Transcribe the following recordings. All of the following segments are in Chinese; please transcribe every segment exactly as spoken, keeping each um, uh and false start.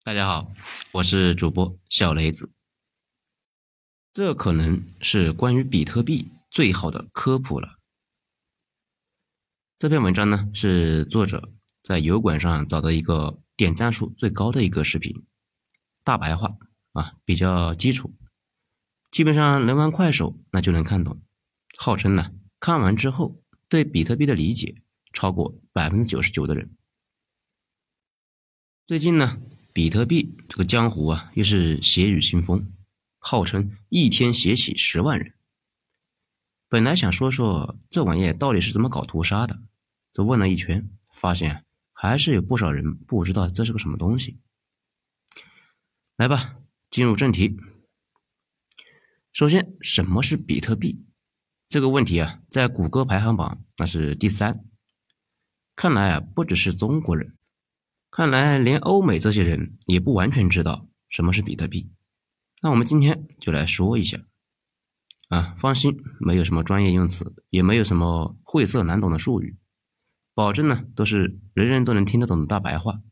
大家好，我是主播小雷子。这可能是关于比特币最好的科普了。这篇文章呢，是作者在油管上找到一个点赞数最高的一个视频，大白话啊，比较基础，基本上能玩快手那就能看懂。号称呢，看完之后对比特币的理解超过 百分之九十九 的人。最近呢，比特币这个江湖啊，又是血雨腥风，号称一天血洗十万人。本来想说说这玩意到底是怎么搞屠杀的，就问了一圈，发现还是有不少人不知道这是个什么东西。来吧，进入正题。首先，什么是比特币？这个问题啊，在谷歌排行榜那是第三。看来啊，不只是中国人，看来连欧美这些人也不完全知道什么是比特币。那我们今天就来说一下啊，放心，没有什么专业用词，也没有什么晦涩难懂的术语，保证呢都是人人都能听得懂的大白话。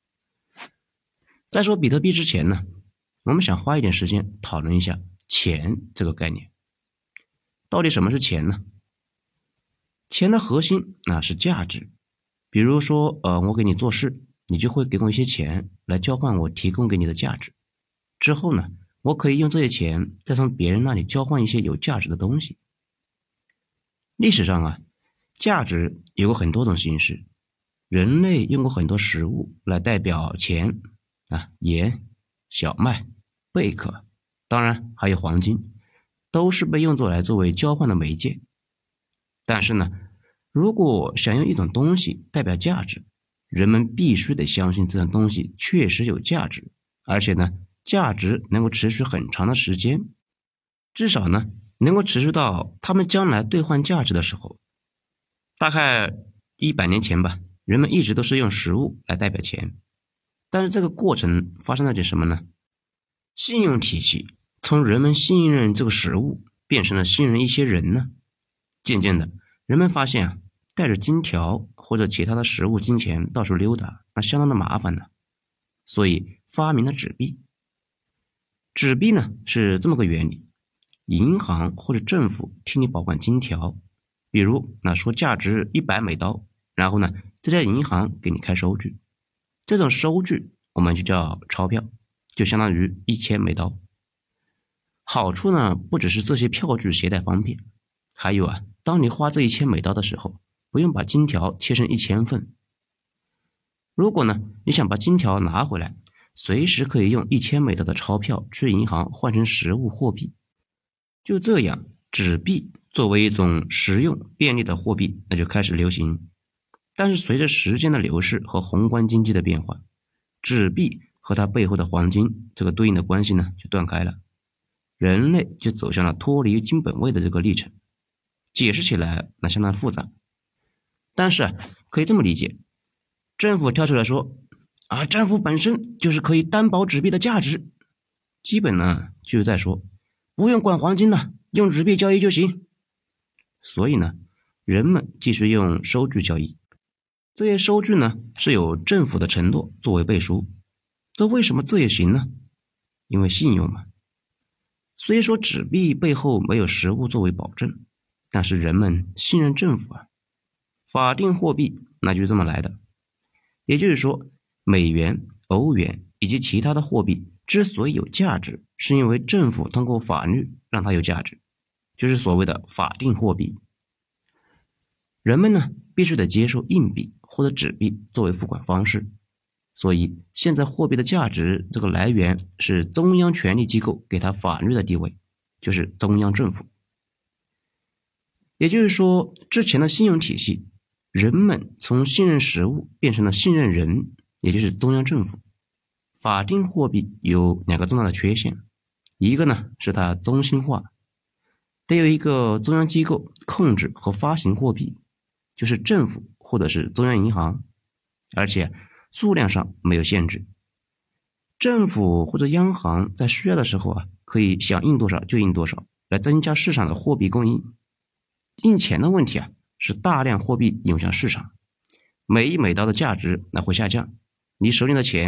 在说比特币之前呢，我们想花一点时间讨论一下钱这个概念。到底什么是钱呢？钱的核心那是价值。比如说呃，我给你做事，你就会给我一些钱来交换我提供给你的价值。之后呢，我可以用这些钱再从别人那里交换一些有价值的东西。历史上啊，价值有过很多种形式，人类用过很多食物来代表钱啊，盐、小麦、贝壳，当然还有黄金，都是被用作来作为交换的媒介。但是呢，如果想用一种东西代表价值，人们必须得相信这种东西确实有价值，而且呢，价值能够持续很长的时间，至少呢，能够持续到他们将来兑换价值的时候。大概一百年前吧，人们一直都是用食物来代表钱，但是这个过程发生了点什么呢？信用体系从人们信任这个食物变成了信任一些人呢。渐渐的，人们发现啊，带着金条或者其他的实物金钱到处溜达，那相当的麻烦呢。所以发明了纸币。纸币呢是这么个原理，银行或者政府替你保管金条，比如那说价值一百美刀，然后呢这家银行给你开收据，这种收据我们就叫钞票，就相当于一千美刀。好处呢不只是这些票据携带方便，还有啊，当你花这一千美刀的时候，不用把金条切成一千份。如果呢你想把金条拿回来，随时可以用一千美刀的钞票去银行换成实物货币。就这样，纸币作为一种实用便利的货币，那就开始流行。但是随着时间的流逝和宏观经济的变化，纸币和它背后的黄金这个对应的关系呢就断开了，人类就走向了脱离金本位的这个历程。解释起来那相当复杂，但是啊，可以这么理解，政府跳出来说啊，政府本身就是可以担保纸币的价值，基本呢就是在说不用管黄金了，用纸币交易就行。所以呢，人们继续用收据交易，这些收据呢是有政府的承诺作为背书。这为什么这也行呢？因为信用嘛。虽说纸币背后没有实物作为保证，但是人们信任政府啊。法定货币那就是这么来的。也就是说，美元、欧元以及其他的货币之所以有价值，是因为政府通过法律让它有价值，就是所谓的法定货币。人们呢必须得接受硬币或者纸币作为付款方式，所以现在货币的价值这个来源是中央权力机构给它法律的地位，就是中央政府。也就是说，之前的信用体系，人们从信任实物变成了信任人，也就是中央政府。法定货币有两个重大的缺陷，一个呢是它中心化，得有一个中央机构控制和发行货币，就是政府或者是中央银行，而且数量上没有限制。政府或者央行在需要的时候啊，可以想印多少就印多少，来增加市场的货币供应。印钱的问题啊，是大量货币涌向市场，每一美刀的价值那会下降，你手里的钱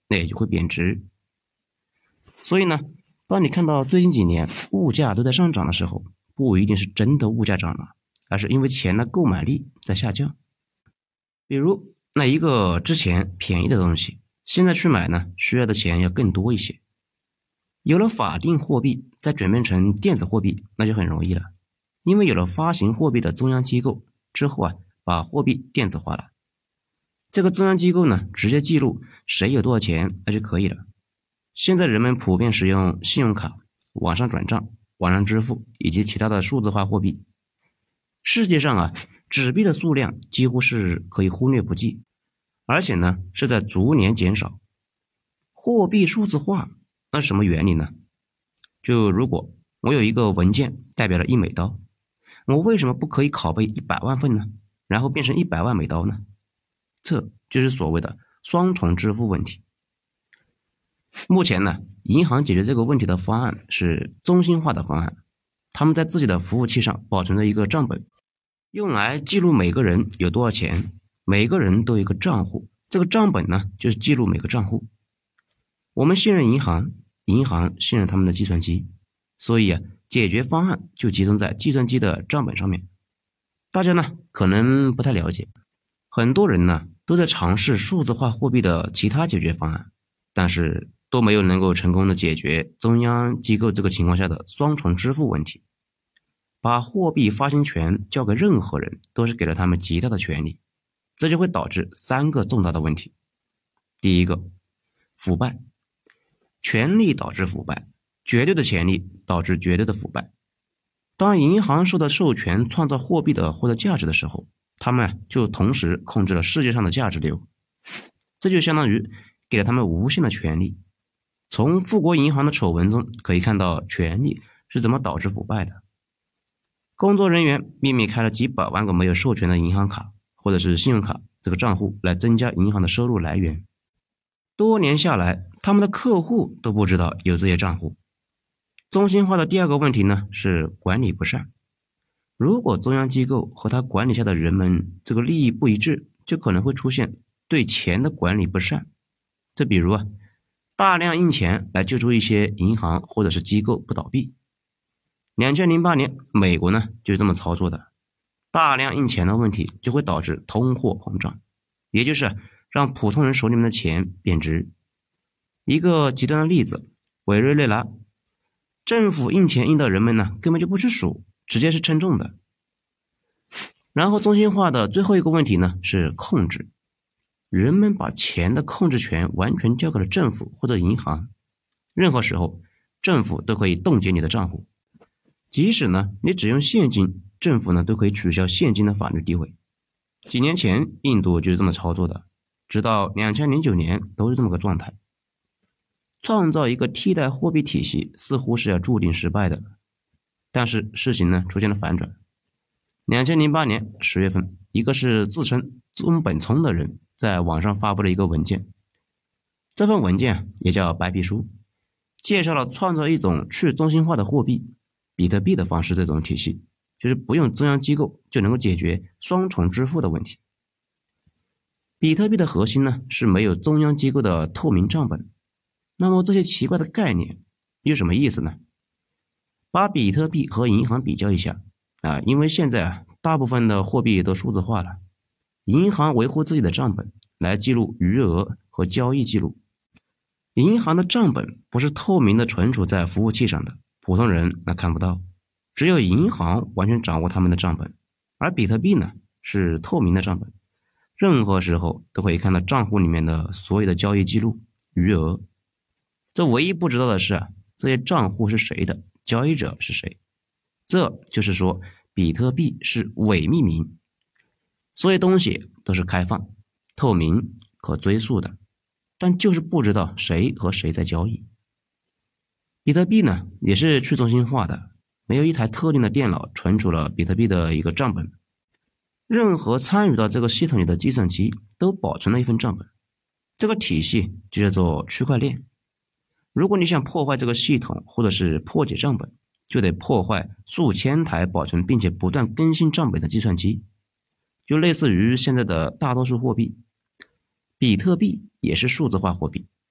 那也就会贬值。所以呢，当你看到最近几年物价都在上涨的时候，不一定是真的物价涨了，而是因为钱的购买力在下降。比如那一个之前便宜的东西，现在去买呢，需要的钱要更多一些。有了法定货币，再转变成电子货币，那就很容易了。因为有了发行货币的中央机构之后啊，把货币电子化了。这个中央机构呢，直接记录谁有多少钱，那就可以了。现在人们普遍使用信用卡、网上转账、网上支付以及其他的数字化货币。世界上啊，纸币的数量几乎是可以忽略不计，而且呢是在逐年减少。货币数字化那什么原理呢？就如果我有一个文件代表了一美刀，我为什么不可以拷贝一百万份呢？然后变成一百万美刀呢？这就是所谓的双重支付问题。目前呢，银行解决这个问题的方案是中心化的方案，他们在自己的服务器上保存着一个账本，用来记录每个人有多少钱，每个人都有一个账户，这个账本呢就是记录每个账户。我们信任银行，银行信任他们的计算机，所以啊，解决方案就集中在计算机的账本上面。大家呢可能不太了解，很多人呢都在尝试数字化货币的其他解决方案，但是都没有能够成功的解决中央机构这个情况下的双重支付问题。把货币发行权交给任何人，都是给了他们极大的权利，这就会导致三个重大的问题。第一个，腐败。权力导致腐败，绝对的权力导致绝对的腐败。当银行受到授权创造货币的获得价值的时候，他们就同时控制了世界上的价值流，这就相当于给了他们无限的权利。从富国银行的丑闻中可以看到权力是怎么导致腐败的。工作人员秘密开了几百万个没有授权的银行卡或者是信用卡这个账户，来增加银行的收入来源。多年下来，他们的客户都不知道有这些账户。中心化的第二个问题呢，是管理不善。如果中央机构和他管理下的人们这个利益不一致，就可能会出现对钱的管理不善。这比如啊，大量印钱来救助一些银行或者是机构不倒闭。二零零八年，美国呢就是这么操作的。大量印钱的问题就会导致通货膨胀，也就是让普通人手里面的钱贬值。一个极端的例子，委内瑞拉政府印钱印到人们呢根本就不去数，直接是称重的。然后中心化的最后一个问题呢是控制。人们把钱的控制权完全交给了政府或者银行，任何时候政府都可以冻结你的账户，即使呢你只用现金，政府呢都可以取消现金的法律地位。几年前印度就是这么操作的，直到二零零九年都是这么个状态。创造一个替代货币体系似乎是要注定失败的，但是事情呢出现了反转。二零零八年十月份，一个是自称中本聪的人在网上发布了一个文件，这份文件也叫白皮书，介绍了创造一种去中心化的货币比特币的方式，这种体系就是不用中央机构就能够解决双重支付的问题。比特币的核心呢是没有中央机构的透明账本。那么这些奇怪的概念有什么意思呢？把比特币和银行比较一下啊，因为现在啊大部分的货币都数字化了，银行维护自己的账本来记录余额和交易记录。银行的账本不是透明的存储在服务器上的，普通人那看不到，只有银行完全掌握他们的账本。而比特币呢是透明的账本，任何时候都可以看到账户里面的所有的交易记录、余额。这唯一不知道的是啊，这些账户是谁的，交易者是谁。这就是说比特币是伪匿名，所有东西都是开放、透明、可追溯的，但就是不知道谁和谁在交易。比特币呢也是去中心化的，没有一台特定的电脑存储了比特币的一个账本，任何参与到这个系统里的计算机都保存了一份账本，这个体系就叫做区块链。如果你想破坏这个系统或者是破解账本，就得破坏数千台保存并且不断更新账本的计算机，就类似于现在的大多数货币。比特币也是数字化货币，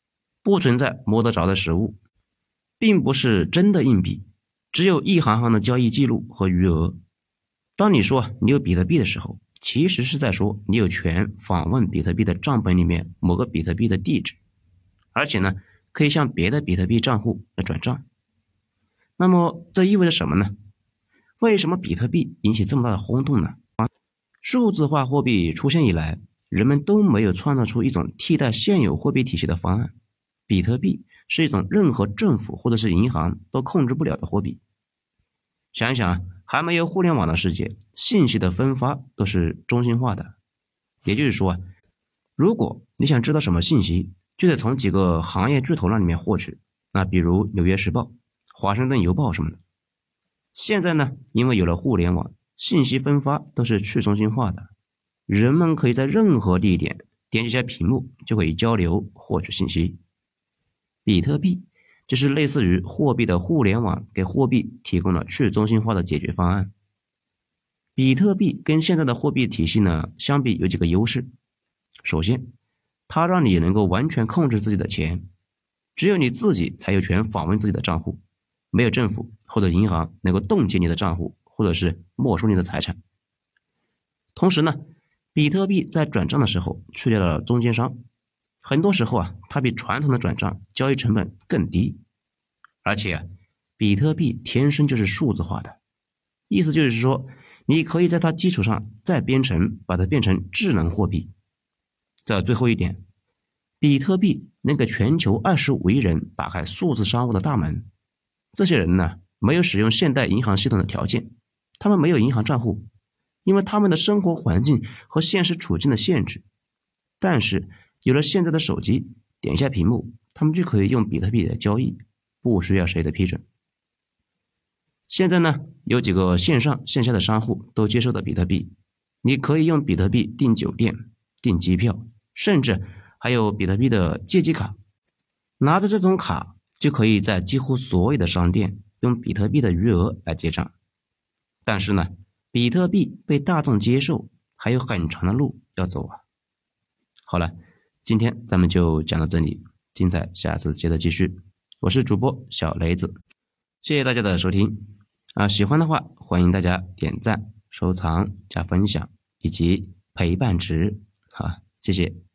不存在摸得着的实物，并不是真的硬币，只有一行行的交易记录和余额。当你说你有比特币的时候，其实是在说你有权访问比特币的账本里面某个比特币的地址，而且呢，可以向别的比特币账户来转账。那么这意味着什么呢？为什么比特币引起这么大的轰动呢？数字化货币出现以来，人们都没有创造出一种替代现有货币体系的方案。比特币是一种任何政府或者是银行都控制不了的货币。想一想，还没有互联网的世界，信息的分发都是中心化的。也就是说，如果你想知道什么信息，就得从几个行业巨头那里面获取，那比如纽约时报、华盛顿邮报什么的。现在呢，因为有了互联网，信息分发都是去中心化的，人们可以在任何地点点几下屏幕就可以交流获取信息。比特币就是类似于货币的互联网，给货币提供了去中心化的解决方案。比特币跟现在的货币体系呢相比有几个优势。首先，它让你能够完全控制自己的钱，只有你自己才有权访问自己的账户，没有政府或者银行能够冻结你的账户，或者是没收你的财产。同时呢，比特币在转账的时候去掉了中间商，很多时候啊，它比传统的转账交易成本更低。而且啊，比特币天生就是数字化的，意思就是说，你可以在它基础上再编程，把它变成智能货币。这最后一点，比特币能给全球二十五亿人打开数字商务的大门。这些人呢，没有使用现代银行系统的条件，他们没有银行账户，因为他们的生活环境和现实处境的限制。但是有了现在的手机，点一下屏幕，他们就可以用比特币来交易，不需要谁的批准。现在呢，有几个线上线下的商户都接受的比特币，你可以用比特币订酒店、订机票，甚至还有比特币的借记卡。拿着这种卡，就可以在几乎所有的商店用比特币的余额来结账。但是呢，比特币被大众接受还有很长的路要走啊。好了，今天咱们就讲到这里，精彩下次接着继续。我是主播小雷子，谢谢大家的收听啊！喜欢的话，欢迎大家点赞、收藏、加分享以及陪伴值，好，谢谢。